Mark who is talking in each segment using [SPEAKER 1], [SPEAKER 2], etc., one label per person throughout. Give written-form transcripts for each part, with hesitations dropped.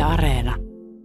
[SPEAKER 1] Yle Areena.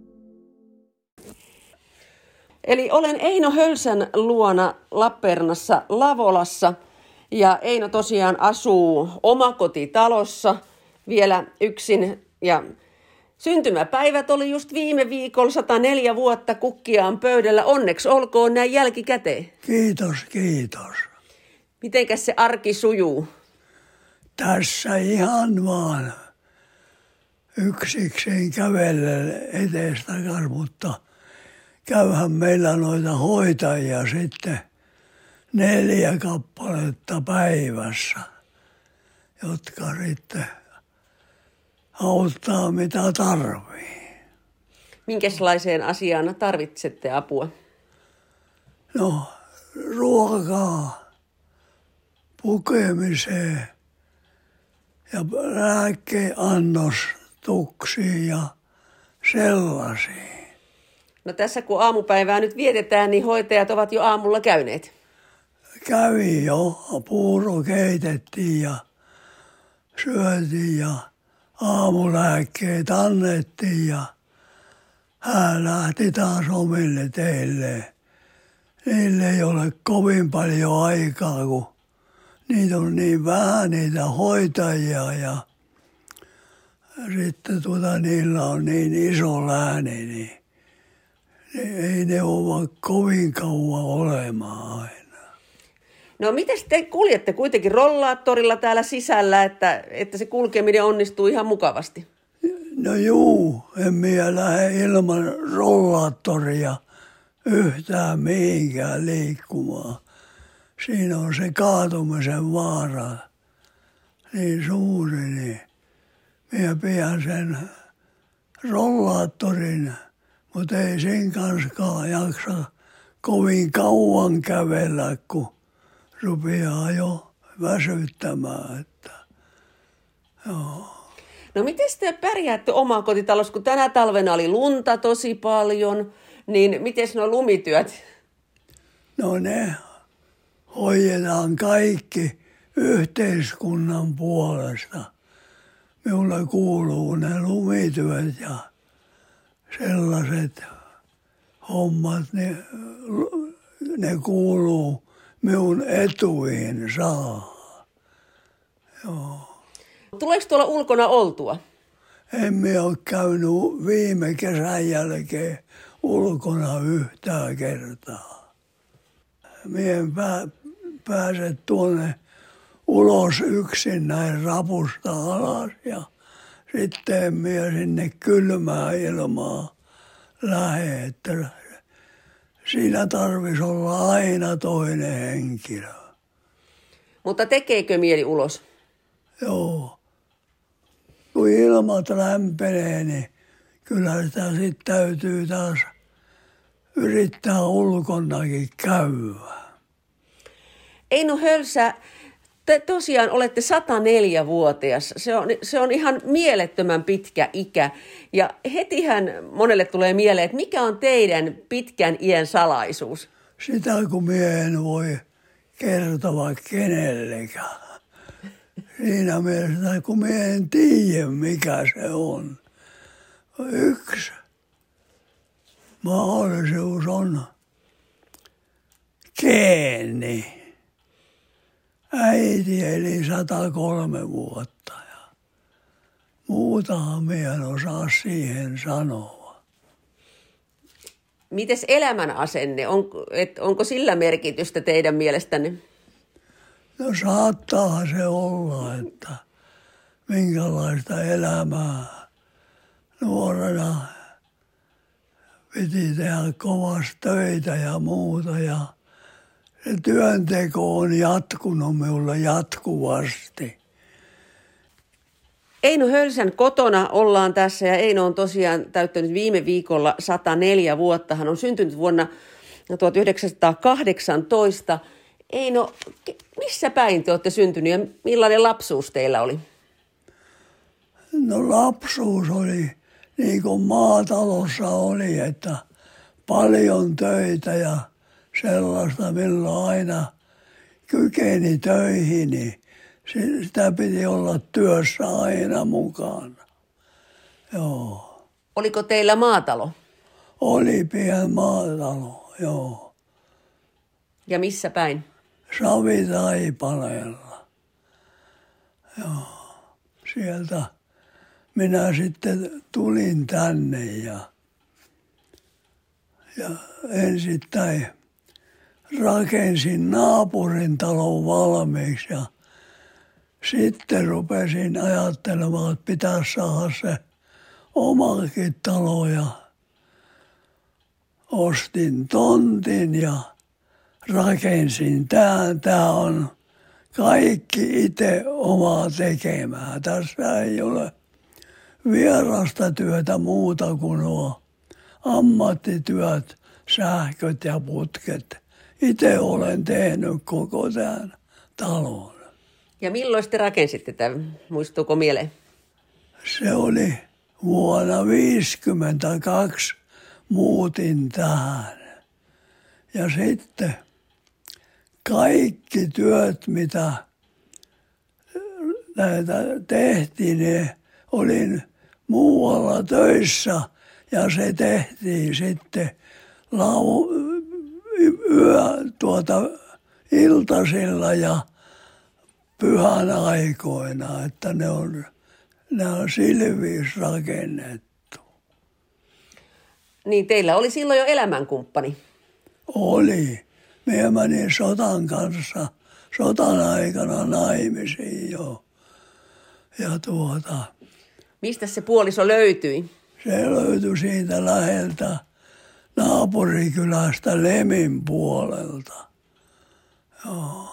[SPEAKER 1] Eli olen Eino Hölsän luona Lappeenrannassa Lavolassa. Ja Eino tosiaan asuu omakotitalossa vielä yksin. Ja syntymäpäivät oli just viime viikolla, 104 vuotta kukkiaan pöydällä. Onneksi olkoon näin jälkikäteen.
[SPEAKER 2] Kiitos, kiitos.
[SPEAKER 1] Mitenkäs se arki sujuu?
[SPEAKER 2] Tässä ihan vaan yksikseen kävellen eteestakas, mutta käyhän meillä noita hoitajia sitten 4 kappaletta päivässä, jotka sitten auttaa mitä tarvii.
[SPEAKER 1] Minkälaiseen asiaan tarvitsette apua?
[SPEAKER 2] No, ruokaa, pukemiseen ja lääkeannostuksiin ja sellaisiin.
[SPEAKER 1] No tässä kun aamupäivää nyt vietetään, niin hoitajat ovat jo aamulla käyneet.
[SPEAKER 2] Kävi jo, puuro keitettiin ja syötiin ja aamulääkkeet annettiin ja hän lähti taas omille teilleen. Niille ei ole kovin paljon aikaa, kun niitä on niin vähän niitä hoitajia ja sitten niillä on niin iso lääni, niin ei ne ole kovin kauan olemaan aina.
[SPEAKER 1] No miten te kuljette kuitenkin rollaattorilla täällä sisällä, että se kulkeminen onnistuu ihan mukavasti?
[SPEAKER 2] No juu, en minä lähde ilman rollaattoria yhtään mihinkään liikkumaan. Siinä on se kaatumisen vaara niin suuri, niin minä pidän sen rollaattorin, mutta ei sen kanssakaan jaksa kovin kauan kävellä, kun rupeaa jo väsyttämään. Että, joo.
[SPEAKER 1] No miten te pärjäätte omakotitalossa, kun tänä talvena oli lunta tosi paljon, niin miten nuo lumityöt?
[SPEAKER 2] No ne hoidetaan kaikki yhteiskunnan puolesta. Minulle kuuluu ne lumityöt ja sellaiset hommat, ne kuuluu minun etuihin saa. Joo.
[SPEAKER 1] Tuleeko tuolla ulkona oltua?
[SPEAKER 2] En minä ole käynyt viime kesän jälkeen ulkona yhtään kertaa. Minä en pääse tuonne ulos yksin näin rapusta alas ja sitten en minä sinne kylmää ilmaa lähde, että siinä tarvitsisi olla aina toinen henkilö.
[SPEAKER 1] Mutta tekeekö mieli ulos?
[SPEAKER 2] Joo. Kun ilmat lämpenee, niin kyllä sitä sitten täytyy taas yrittää ulkonakin käydä.
[SPEAKER 1] Eino Hölsä, te tosiaan olette 104-vuotias. Se on ihan mielettömän pitkä ikä. Ja hetihän monelle tulee mieleen, että mikä on teidän pitkän iän salaisuus?
[SPEAKER 2] Sitä kun minä en voi kertoa kenellekään. Siinä mielessä, kun minä en tiedä, mikä se on. Yksi mahdollisuus on geeni. Äiti eli 103 vuotta ja muutahan minä en osaa siihen sanoa.
[SPEAKER 1] Mites elämän asenne? Onko sillä merkitystä teidän mielestänne?
[SPEAKER 2] No saattaa se olla, että minkälaista elämää nuorena piti tehdä kovasti töitä ja muuta ja se työnteko on jatkunut minulle jatkuvasti.
[SPEAKER 1] Eino Hölsän kotona ollaan tässä ja Eino on tosiaan täyttänyt viime viikolla 104 vuotta. Hän on syntynyt vuonna 1918. Eino, missä päin te olette syntynyt ja millainen lapsuus teillä oli?
[SPEAKER 2] No lapsuus oli niin kuin maatalossa oli, että paljon töitä ja sellaista, milloin aina kykeni töihin, niin sitä piti olla työssä aina mukana. Joo.
[SPEAKER 1] Oliko teillä maatalo?
[SPEAKER 2] Oli pieni maatalo, joo.
[SPEAKER 1] Ja missä päin?
[SPEAKER 2] Savitaipaleella. Joo. Sieltä minä sitten tulin tänne ja ensittäin rakensin naapurin talon valmiiksi ja sitten rupesin ajattelemaan, että pitäisi saada se omakin talo ja ostin tontin ja rakensin tämän. Tämä on kaikki itse omaa tekemää. Tässä ei ole vierasta työtä muuta kuin nuo ammattityöt, sähköt ja putket. Itse olen tehnyt koko tämän talon.
[SPEAKER 1] Ja milloin te rakensitte tämän? Muistuuko mieleen?
[SPEAKER 2] Se oli vuonna 1952 muutin tähän. Ja sitten kaikki työt, mitä näitä tehtiin, niin olin muualla töissä ja se tehtiin sitten iltasilla ja pyhän aikoina, että ne on sillä viisi rakennettu.
[SPEAKER 1] Niin teillä oli silloin jo elämänkumppani.
[SPEAKER 2] Oli. Minä menin sotan aikana naimisiin jo. Ja
[SPEAKER 1] mistä se puoliso löytyi?
[SPEAKER 2] se löytyi siitä läheltä naapurikylästä Lemin puolelta. Joo.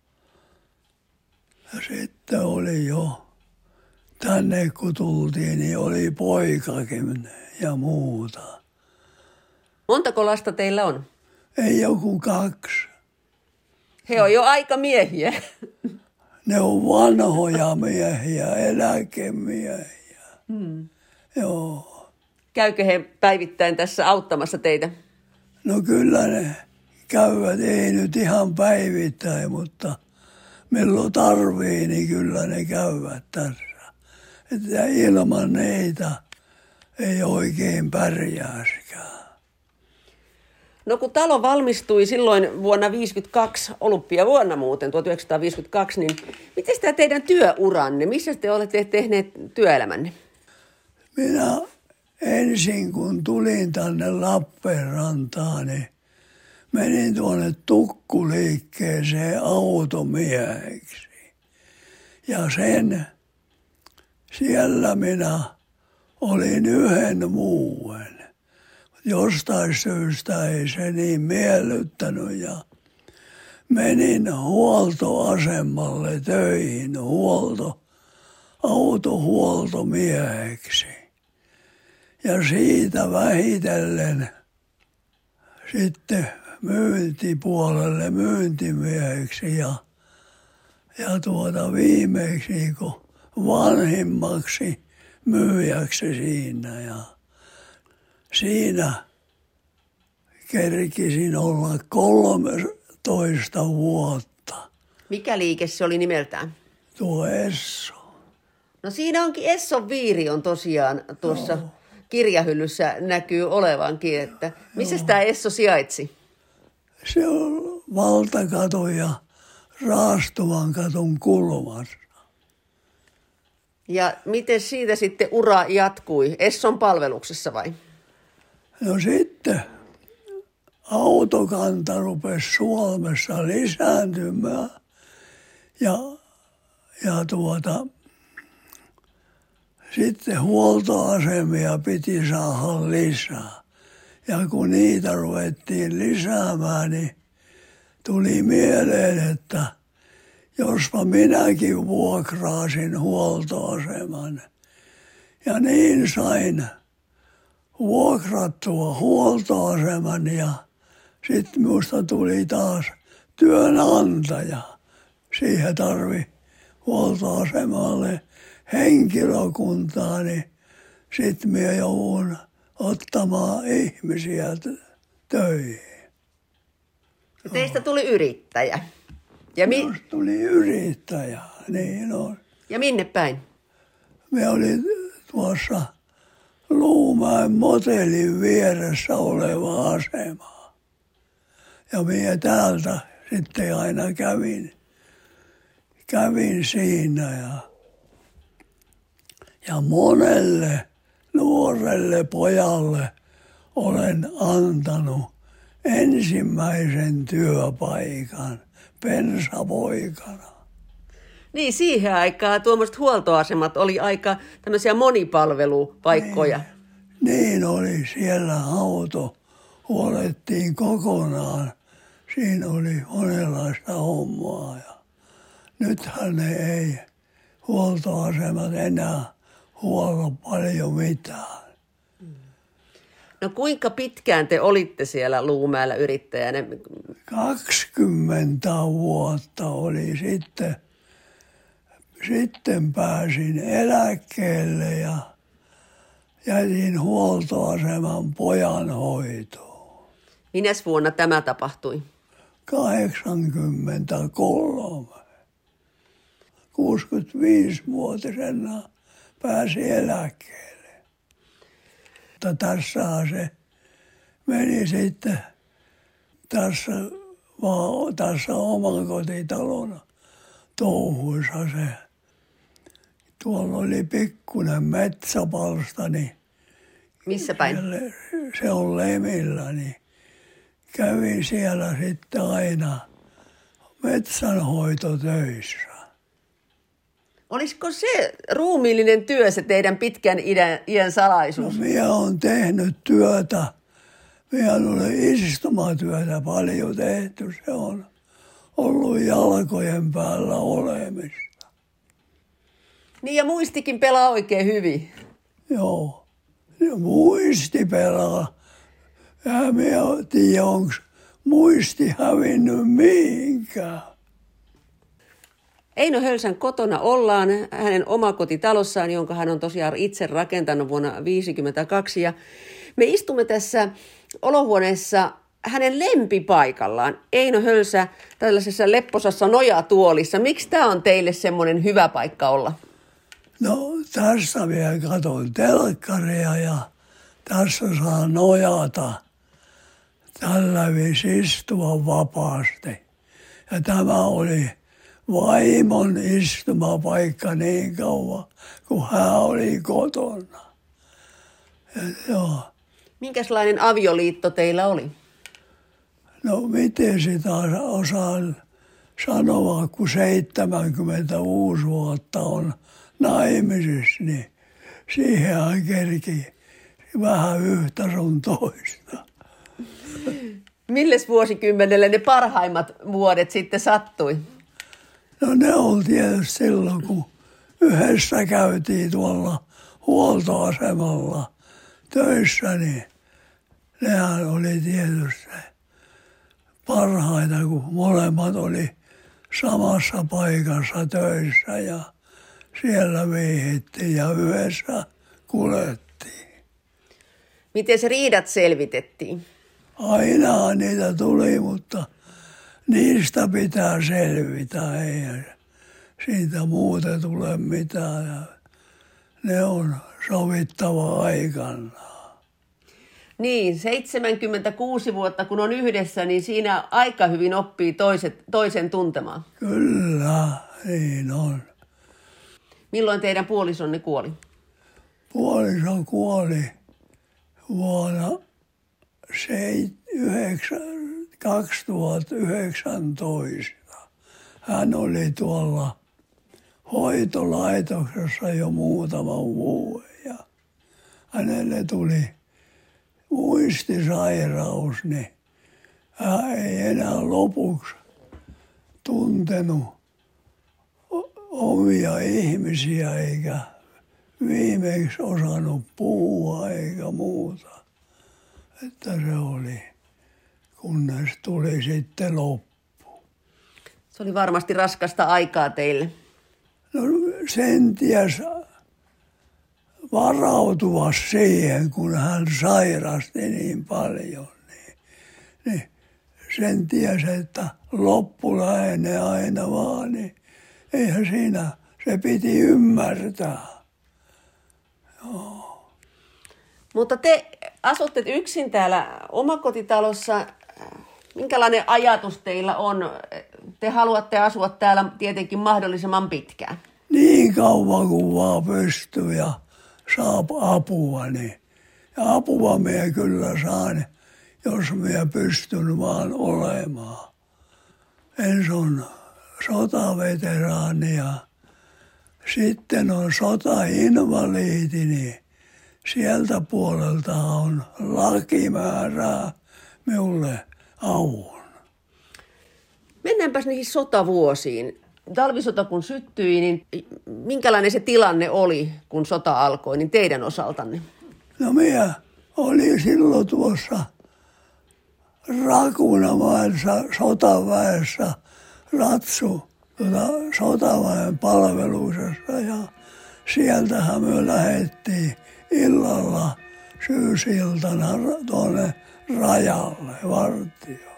[SPEAKER 2] Ja sitten oli jo, tänne kun tultiin, niin oli poikakin ja muuta.
[SPEAKER 1] Montako lasta teillä on?
[SPEAKER 2] Ei joku 2.
[SPEAKER 1] He on jo aika miehiä.
[SPEAKER 2] Ne on vanhoja miehiä, eläkemiehiä. Joo.
[SPEAKER 1] Käykö he päivittäin tässä auttamassa teitä?
[SPEAKER 2] No kyllä ne käyvät, ei nyt ihan päivittäin, mutta milloin tarvii, niin kyllä ne käyvät tässä. Että ilman neitä ei oikein pärjääsikään.
[SPEAKER 1] No kun talo valmistui silloin vuonna 1952, olympiavuonna muuten, 1952, niin miten tämä teidän työuranne, missä te olette tehneet työelämänne?
[SPEAKER 2] Minä ensin kun tulin tänne Lappeenrantaan, niin menin tuonne tukkuliikkeeseen automieheksi. Ja siellä minä olin yhden muuen. Jostain syystä ei se niin miellyttänyt ja menin huoltoasemalle töihin autohuoltomieheksi. Ja siitä vähitellen sitten myyntipuolelle myyntimieheksi ja viimeksi kun vanhimmaksi myyjäksi siinä ja siinä kerkisin olla 13 vuotta.
[SPEAKER 1] Mikä liike se oli nimeltään?
[SPEAKER 2] Tuo Esso.
[SPEAKER 1] No siinä onkin Esson viiri on tosiaan tuossa kirjahyllyssä näkyy olevankin, että missä tämä Esso sijaitsi?
[SPEAKER 2] Se on Valtakatu ja Raastuvan katun kulmassa.
[SPEAKER 1] Ja miten siitä sitten ura jatkui? Esson palveluksessa vai?
[SPEAKER 2] No sitten autokanta rupesi Suomessa lisääntymään ja sitten huoltoasemia piti saada lisää. Ja kun niitä ruvettiin lisäämään, niin tuli mieleen, että jospa minäkin vuokraasin huoltoaseman. Ja niin sain vuokrattua huoltoaseman ja sitten minusta tuli taas työnantaja. Siihen tarvi huoltoasemalle henkilökuntaa, niin sitten minä joudun ottamaan ihmisiä töihin.
[SPEAKER 1] Teistä tuli yrittäjä.
[SPEAKER 2] Minusta tuli yrittäjä, niin on.
[SPEAKER 1] Ja minne päin?
[SPEAKER 2] Me olin tuossa Luumäen motelin vieressä oleva asema. Ja minä täältä sitten aina kävin siinä ja monelle nuorelle pojalle olen antanut ensimmäisen työpaikan pensapoikana.
[SPEAKER 1] Niin, siihen aikaan tuommoiset huoltoasemat oli aika tämmöisiä monipalvelupaikkoja.
[SPEAKER 2] Niin oli, siellä auto huolettiin kokonaan. Siinä oli monenlaista hommaa ja nythän ne ei huoltoasemat enää huollo paljon mitään.
[SPEAKER 1] No kuinka pitkään te olitte siellä Luumäellä yrittäjänä?
[SPEAKER 2] 20 vuotta oli sitten. Sitten pääsin eläkkeelle ja jätin huoltoaseman pojanhoitoon.
[SPEAKER 1] Minäs vuonna tämä tapahtui?
[SPEAKER 2] 83. 65-vuotisena pääsi eläkkeelle. Mutta tässähän se meni sitten tässä omakotitalona touhuissa se. Tuolla oli pikkuinen metsäpalsta, niin
[SPEAKER 1] missä päin?
[SPEAKER 2] Se on Lemillä, niin kävin siellä sitten aina metsänhoitotöissä.
[SPEAKER 1] Olisiko se ruumiillinen työ se teidän pitkän iän salaisuus?
[SPEAKER 2] No, minä olen tehnyt työtä. Minä olen istumatyötä paljon tehty. Se on ollut jalkojen päällä olemista.
[SPEAKER 1] Niin ja muistikin pelaa oikein hyvin.
[SPEAKER 2] Joo, ja muisti pelaa. Ja minä en tiedä, onko muisti hävinnyt mihinkään.
[SPEAKER 1] Eino Hölsän kotona ollaan hänen omakotitalossaan, jonka hän on tosiaan itse rakentanut vuonna 1952. Ja me istumme tässä olohuoneessa hänen lempipaikallaan. Eino Hölsä tällaisessa lepposassa nojatuolissa. Miksi tämä on teille semmoinen hyvä paikka olla?
[SPEAKER 2] No tässä minä katson telkkaria ja tässä saa nojata. Tällä viisi istua vapaasti. Ja tämä oli vaimon istumapaikka niin kauan, kun hän oli kotona. Ja joo.
[SPEAKER 1] Minkälainen avioliitto teillä oli?
[SPEAKER 2] No miten sitä osaan sanoa, kun 76 vuotta on naimisissa, niin siihen kerki vähän yhtä sun toista.
[SPEAKER 1] Milles vuosikymmenelle ne parhaimmat vuodet sitten sattui?
[SPEAKER 2] No ne oli tietysti silloin, kun yhdessä käytiin tuolla huoltoasemalla töissä, niin nehän oli tietysti parhaita, kun molemmat oli samassa paikassa töissä ja siellä viihittiin ja yhdessä kuljettiin.
[SPEAKER 1] Miten se riidat selvitettiin?
[SPEAKER 2] Aina niitä tuli, mutta niistä pitää selvitä. Ei siitä muuten tule mitään. Ja ne on sovittava aikana.
[SPEAKER 1] Niin, 76 vuotta kun on yhdessä, niin siinä aika hyvin oppii toisen tuntemaan.
[SPEAKER 2] Kyllä, niin on.
[SPEAKER 1] Milloin teidän puolisonne kuoli?
[SPEAKER 2] Puoliso kuoli vuonna 2019. Hän oli tuolla hoitolaitoksessa jo muutaman vuoden ja hänelle tuli muistisairaus, niin hän ei enää lopuksi tuntenut omia ihmisiä eikä viimeksi osannut puhua eikä muuta. Että se oli, kunnes tuli sitten loppu.
[SPEAKER 1] Se oli varmasti raskasta aikaa teille.
[SPEAKER 2] No sen ties varautua siihen, kun hän sairasti niin paljon, niin sen ties, että loppu lähenee aina vaan, niin eihän siinä, se piti ymmärtää. Joo.
[SPEAKER 1] Mutta te asutte yksin täällä omakotitalossa. Minkälainen ajatus teillä on? Te haluatte asua täällä tietenkin mahdollisimman pitkään.
[SPEAKER 2] Niin kauan kuin vaan pystyy ja saa apua, niin. Ja apua minä kyllä saan, jos minä pystyn vaan olemaan. Ensin on sotaveteraani ja sitten on sotainvaliidi, niin sieltä puolelta on lakimäärää minulle avun.
[SPEAKER 1] Mennäänpäs niihin sotavuosiin. Talvisota kun syttyi, niin minkälainen se tilanne oli, kun sota alkoi, niin teidän osaltanne?
[SPEAKER 2] No minä olin silloin tuossa Rakunamäessä sotaväessä sotaväen palveluksessa ja sieltähän me lähdettiin illalla syysiltana tuonne rajalle vartioon.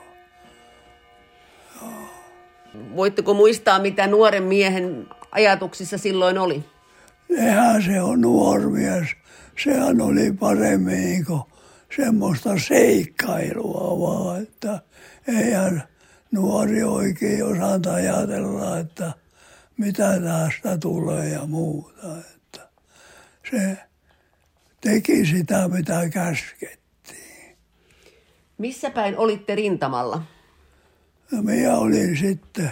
[SPEAKER 1] Voitteko muistaa, mitä nuoren miehen ajatuksissa silloin oli?
[SPEAKER 2] Eihän se on nuori mies. Sehän oli paremmin niin kuin semmoista seikkailua vaan, että eihän nuori oikein osannut ajatella, että mitä tästä tulee ja muuta. Että se teki sitä, mitä käskettiin.
[SPEAKER 1] Missä päin olitte rintamalla?
[SPEAKER 2] Ja minä olin sitten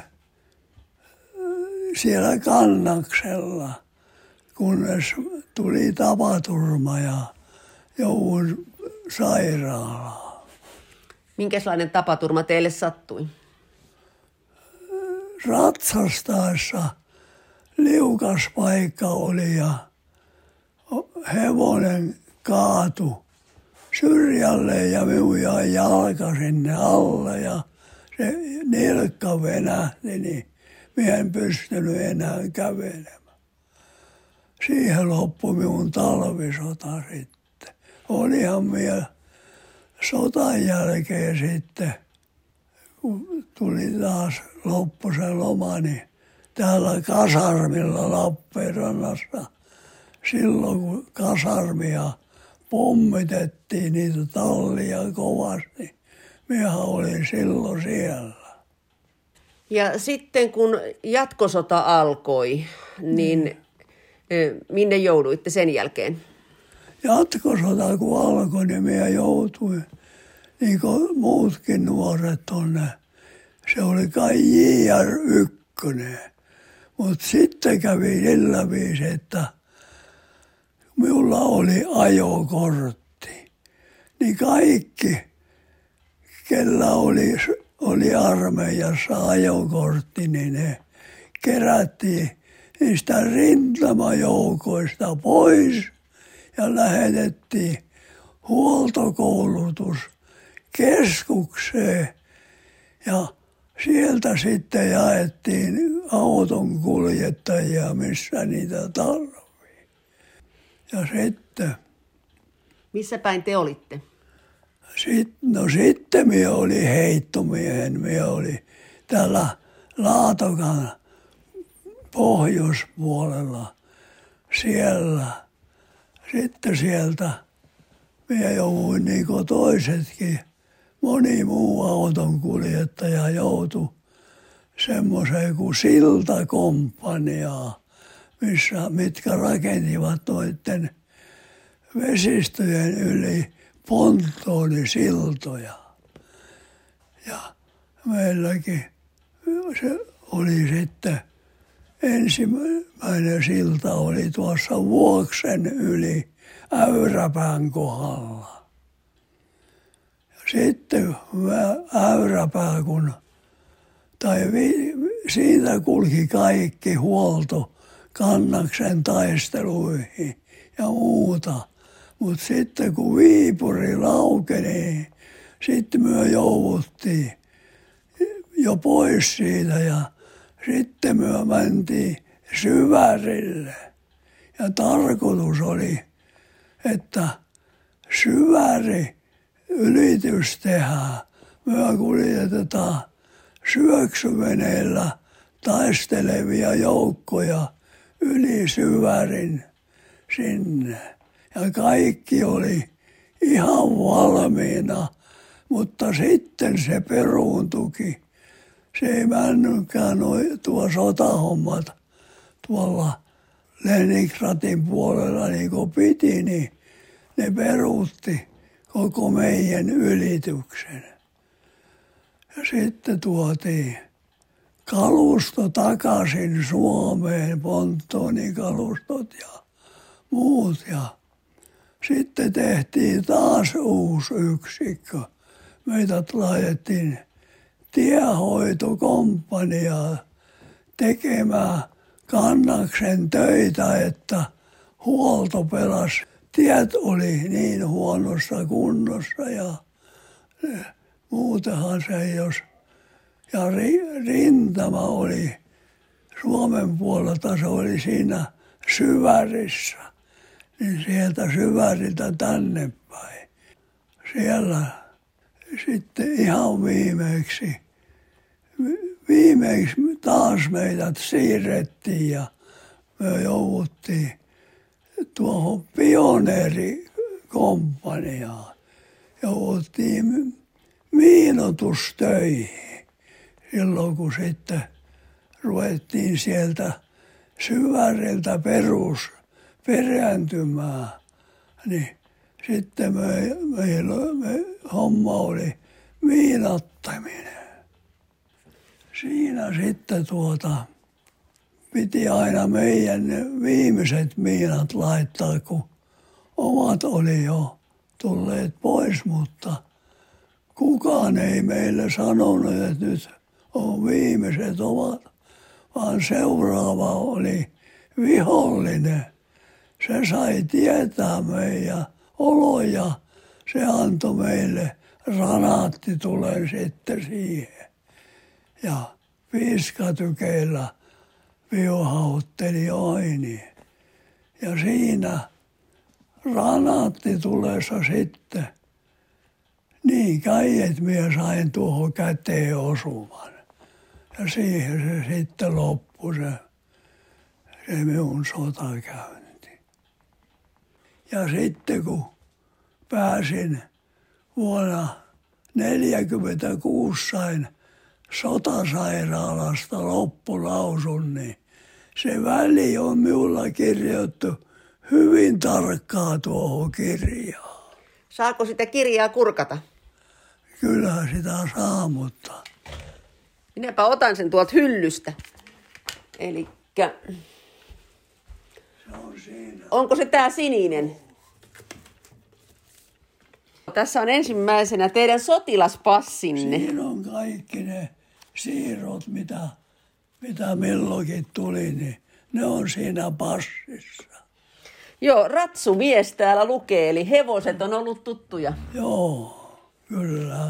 [SPEAKER 2] siellä Kannaksella, kunnes tuli tapaturma ja jouduin sairaalaan.
[SPEAKER 1] Minkälainen tapaturma teille sattui?
[SPEAKER 2] Ratsastaessa liukas paikka oli ja hevonen kaatui syrjälle ja minun jäi jalka sinne alle ja se nilkka venähti, niin minä en pystynyt enää kävelemään. Siihen loppui minun talvisota sitten. Olihan minä sotan jälkeen sitten, kun tuli taas loppu se loma, niin täällä kasarmilla Lappeenrannassa, silloin kun kasarmia pommitettiin niitä tallia kovasti, minä olin silloin siellä.
[SPEAKER 1] Ja sitten kun jatkosota alkoi, niin minne jouduitte sen jälkeen?
[SPEAKER 2] Jatkosota kun alkoi, niin minä joutuin, niin kuin muutkin nuoret tonne. Se oli kai JR1. Mutta sitten kävi sillä viisi, että minulla oli ajokortti. Niin kaikki, kellä oli armeijassa ajokortti, niin ne kerättiin niistä rintamajoukoista pois ja lähetettiin huoltokoulutuskeskukseen ja sieltä sitten jaettiin auton kuljettajia, missä niitä tarvii. Ja sitten...
[SPEAKER 1] Missä päin te olitte?
[SPEAKER 2] Sitten minä olin heittomiehen. Minä olin täällä Laatokan pohjoispuolella siellä. Sitten sieltä minä jouduin niin kuin toisetkin. Moni muu autonkuljettaja joutui semmoiseen kuin siltakomppaniaan, mitkä rakentivat noiden vesistöjen yli ponttonisiltoja. Ja meilläkin se oli sitten ensimmäinen silta oli tuossa Vuoksen yli Äyräpään kohdalla. Ja sitten Äyräpää, siitä kulki kaikki huolto Kannaksen taisteluihin ja muuta. Mutta sitten kun Viipuri laukeni, sitten me jouduttiin jo pois siitä ja sitten me mentiin Syvärille. Ja tarkoitus oli, että Syväri ylitys tehdään. Me kuljetetaan syöksyveneellä taistelevia joukkoja yli Syvärin sinne. ja kaikki oli ihan valmiina, mutta sitten se peruuntuki. Se ei mennytkään tuo sotahommat tuolla Leningradin puolella niin kuin piti, niin ne peruutti koko meidän ylityksen. Ja sitten tuotiin kalusto takaisin Suomeen, pontonikalustot ja muut. Ja sitten tehtiin taas uusi yksikkö. Meitä laitettiin tiehoitokomppaniaa tekemään Kannaksen töitä, että huolto pelasi. Tiet oli niin huonossa kunnossa ja muutenhan se ei jos. Ja rintama oli Suomen puolelta, se oli siinä Syvärissä, niin sieltä Syväriltä tänne päin. Siellä sitten ihan viimeiksi taas meidät siirrettiin ja me jouduttiin tuohon pioneerikomppaniaan. Jouduttiin miinoitustöihin silloin, kun sitten ruvettiin sieltä Syväriltä perääntymään, niin sitten meillä homma oli miinottaminen. Siinä sitten piti aina meidän viimeiset miinat laittaa, kun omat oli jo tulleet pois, mutta kukaan ei meille sanonut, että nyt on viimeiset omat, vaan seuraava oli vihollinen. Se sai tietää meidän oloja, se antoi meille ranaatti-tulen sitten siihen. Ja piiskatykeillä viuhautteli aini. Ja siinä ranaatti-tulessa sitten niin kävi, että minä sain tuohon käteen osuman. Ja siihen se sitten loppui se minun sotakäynti. Ja sitten kun pääsin vuonna 1946 sain sotasairaalasta loppulausun, niin se väli on minulla kirjoittu hyvin tarkkaa tuohon kirjaan.
[SPEAKER 1] Saako sitä kirjaa kurkata?
[SPEAKER 2] Kyllä sitä saa, mutta
[SPEAKER 1] Minäpä otan sen tuolta hyllystä. Elikkä
[SPEAKER 2] se on siinä.
[SPEAKER 1] onko se tää sininen? Tässä on ensimmäisenä teidän sotilaspassinne.
[SPEAKER 2] Siinä on kaikki ne siirrot, mitä milloinkin tuli, niin ne on siinä passissa.
[SPEAKER 1] Joo, ratsumies täällä lukee, eli hevoset on ollut tuttuja.
[SPEAKER 2] Joo, kyllä.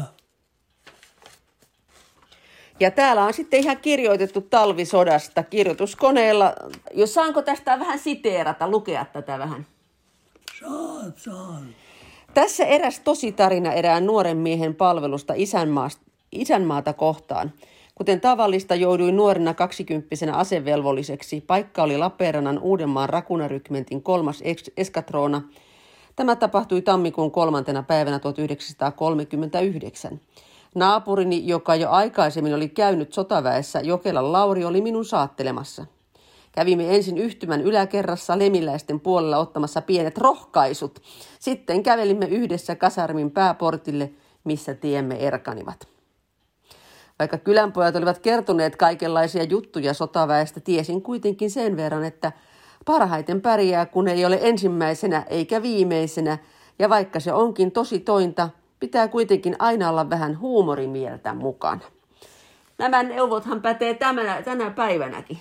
[SPEAKER 1] Ja täällä on sitten ihan kirjoitettu talvisodasta kirjoituskoneella. Jos saanko tästä vähän siteerata, lukea tätä vähän?
[SPEAKER 2] Saat.
[SPEAKER 1] Tässä eräs tositarina erään nuoren miehen palvelusta isänmaata kohtaan. Kuten tavallista jouduin nuorena 20-vuotiaana asevelvolliseksi. Paikka oli Lappeenrannan Uudenmaan Rakunarykmentin 3. eskatroona. Tämä tapahtui tammikuun 3. päivänä 1939. Naapurini, joka jo aikaisemmin oli käynyt sotaväessä, Jokelan Lauri, oli minun saattelemassa. Kävimme ensin yhtymän yläkerrassa Lemiläisten puolella ottamassa pienet rohkaisut. Sitten kävelimme yhdessä kasarmin pääportille, missä tiemme erkanivat. Vaikka kylänpojat olivat kertoneet kaikenlaisia juttuja sotaväestä, tiesin kuitenkin sen verran, että parhaiten pärjää, kun ei ole ensimmäisenä eikä viimeisenä, ja vaikka se onkin tosi tointa, pitää kuitenkin aina olla vähän huumorimieltä mukana. Nämä neuvothan pätee tänä päivänäkin.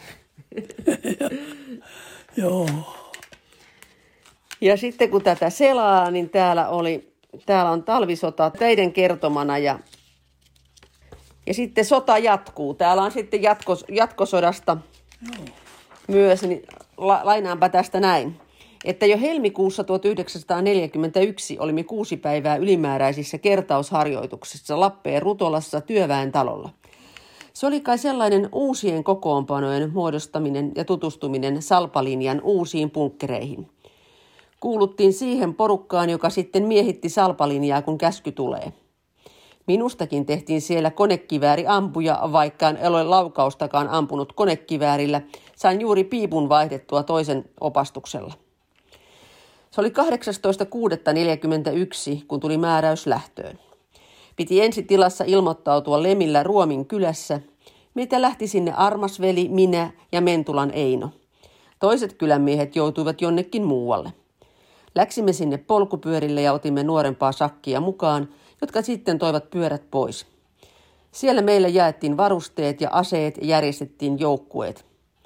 [SPEAKER 2] Joo.
[SPEAKER 1] Ja sitten kun tätä selaa, niin täällä on talvisota teidän kertomana ja sitten sota jatkuu. Täällä on sitten jatkosodasta myös, niin lainaanpa tästä näin. Että jo helmikuussa 1941 olimme 6 päivää ylimääräisissä kertausharjoituksissa Lappeen Rutolassa työväen talolla. Se oli kai sellainen uusien kokoonpanojen muodostaminen ja tutustuminen Salpalinjan uusiin punkkereihin. Kuuluttiin siihen porukkaan, joka sitten miehitti salpalinjaa, kun käsky tulee. Minustakin tehtiin siellä konekivääriampuja, vaikka en ole laukaustakaan ampunut konekiväärillä. Sain juuri piipun vaihdettua toisen opastuksella. Se oli 18.6.41, kun tuli määräys lähtöön. Piti ensi tilassa ilmoittautua Lemillä Ruomin kylässä. Meitä lähti sinne Armasveli, minä ja Mentulan Eino. Toiset kylänmiehet joutuivat jonnekin muualle. Läksimme sinne polkupyörille ja otimme nuorempaa sakkia mukaan, jotka sitten toivat pyörät pois. Siellä meillä jaettiin varusteet ja aseet ja järjestettiin joukkueet.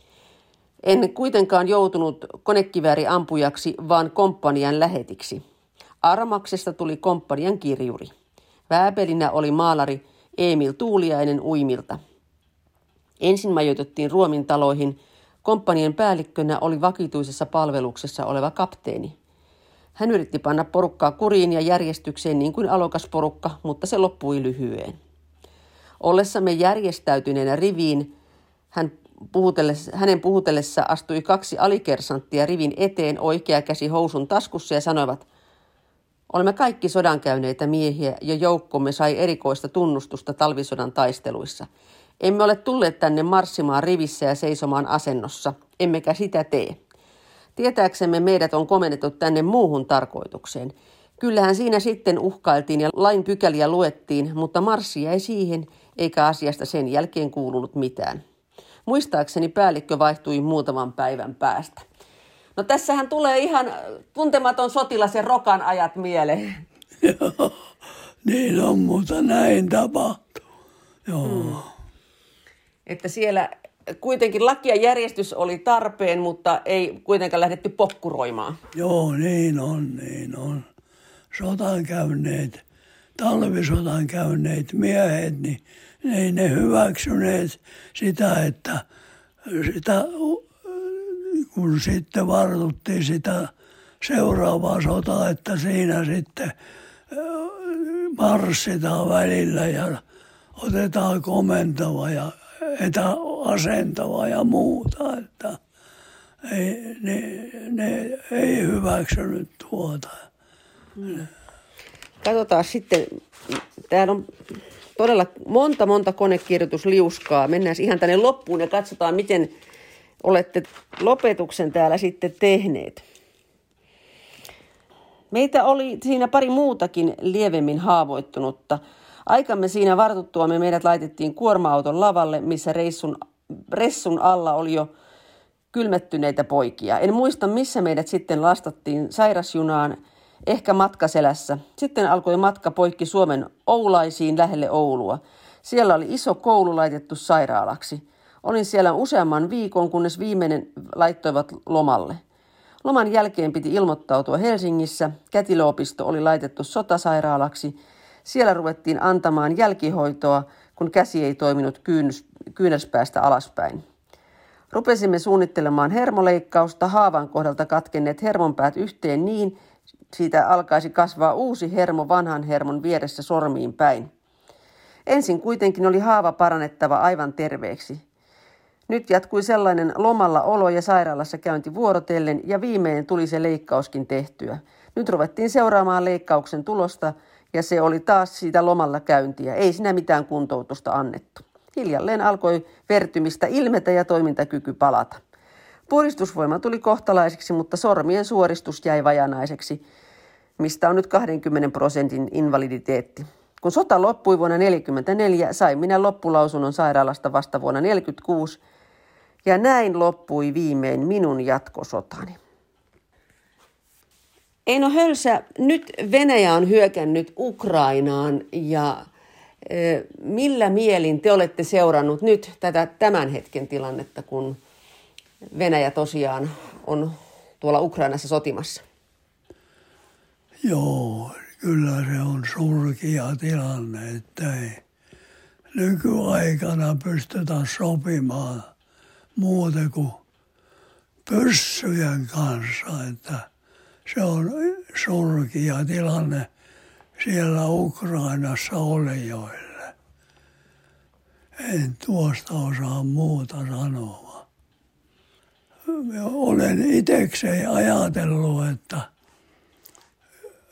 [SPEAKER 1] En kuitenkaan joutunut konekivääriampujaksi, vaan komppanian lähetiksi. Armaksesta tuli komppanian kirjuri. Vääpelinä oli maalari Emil Tuuliainen Uimilta. Ensin majoitettiin Ruomin taloihin. Komppanian päällikkönä oli vakituisessa palveluksessa oleva kapteeni. Hän yritti panna porukkaa kuriin ja järjestykseen niin kuin alokas porukka, mutta se loppui lyhyeen. Ollessamme järjestäytyneenä riviin, hänen puhutellessa astui 2 alikersanttia rivin eteen, oikea käsi housun taskussa ja sanoivat: "Olemme kaikki sodankäyneitä miehiä ja joukkomme sai erikoista tunnustusta talvisodan taisteluissa. Emme ole tulleet tänne marssimaan rivissä ja seisomaan asennossa, emmekä sitä tee. Tietääksemme meidät on komennettu tänne muuhun tarkoitukseen. Kyllähän siinä sitten uhkailtiin ja lain pykäliä luettiin, mutta marssi jäi siihen, eikä asiasta sen jälkeen kuulunut mitään. Muistaakseni päällikkö vaihtui muutaman päivän päästä." No tässähän tulee ihan tuntematon sotilas ja rokan ajat mieleen.
[SPEAKER 2] Joo, niin on, mutta näin tapahtuu. Joo.
[SPEAKER 1] Että siellä kuitenkin laki ja järjestys oli tarpeen, mutta ei kuitenkaan lähdetty pokkuroimaan.
[SPEAKER 2] Joo, niin on, niin on. Talvisodan käyneet miehet, niin ei ne hyväksyneet sitä, että kun sitten vartuttiin sitä seuraavaa sotaa, että siinä sitten marssitaan välillä ja otetaan komentava ja etäasentava ja muuta, että ne ei hyväksynyt tuota.
[SPEAKER 1] Katsotaan sitten, täällä on todella monta konekirjoitusliuskaa. Mennään ihan tänne loppuun ja katsotaan, miten olette lopetuksen täällä sitten tehneet. Meitä oli siinä pari muutakin lievemmin haavoittunutta. Aikamme siinä vartuttuamme meidät laitettiin kuorma-auton lavalle, missä ressun alla oli jo kylmettyneitä poikia. En muista, missä meidät sitten lastattiin sairasjunaan, ehkä matkaselässä. Sitten alkoi matka poikki Suomen Oulaisiin lähelle Oulua. Siellä oli iso koulu laitettu sairaalaksi. Olin siellä useamman viikon, kunnes viimeinen laittoivat lomalle. Loman jälkeen piti ilmoittautua Helsingissä. Kätilöopisto oli laitettu sotasairaalaksi. Siellä ruvettiin antamaan jälkihoitoa, kun käsi ei toiminut kyynärspäästä alaspäin. Rupesimme suunnittelemaan hermoleikkausta, haavan kohdalta katkenneet hermonpäät yhteen niin, siitä alkaisi kasvaa uusi hermo vanhan hermon vieressä sormiin päin. Ensin kuitenkin oli haava parannettava aivan terveeksi. Nyt jatkui sellainen lomalla olo ja sairaalassa käynti vuorotellen ja viimein tuli se leikkauskin tehtyä. Nyt ruvettiin seuraamaan leikkauksen tulosta ja se oli taas siitä lomalla käyntiä. Ei siinä mitään kuntoutusta annettu. Hiljalleen alkoi vertymistä ilmetä ja toimintakyky palata. Puristusvoima tuli kohtalaiseksi, mutta sormien suoristus jäi vajanaiseksi, mistä on nyt 20% invaliditeetti. Kun sota loppui vuonna 1944, sain minä loppulausunnon sairaalasta vasta vuonna 1946, ja näin loppui viimein minun jatkosotani. Eino Hölsä, nyt Venäjä on hyökännyt Ukrainaan ja millä mielin te olette seurannut nyt tätä tämän hetken tilannetta, kun Venäjä tosiaan on tuolla Ukrainassa sotimassa?
[SPEAKER 2] Joo, kyllä se on surkea tilanne, että ei nykyaikana pystytä sopimaan muuta kuin pyssyjen kanssa, että se on surkea tilanne siellä Ukrainassa olijoille. En tuosta osaa muuta sanoa. Olen itsekseni ajatellut, että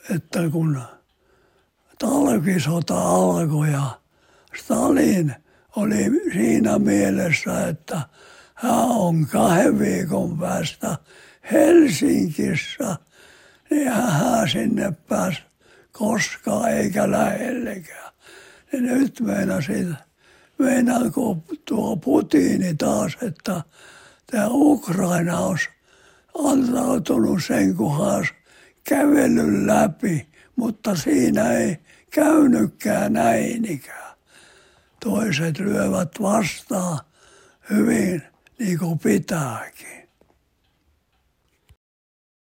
[SPEAKER 2] että kun talvisota alkoi ja Stalin oli siinä mielessä, että hän on 2 viikon päästä Helsingissä, niin hän sinne pääsi koskaan eikä lähellekään. Niin nyt meinaako tuo Putini taas, että tämä Ukraina olisi antautunut sen, kun hän olisi kävellyt läpi, mutta siinä ei käynytkään näin ikään. Toiset lyövät vastaan hyvin niin kuin pitääkin.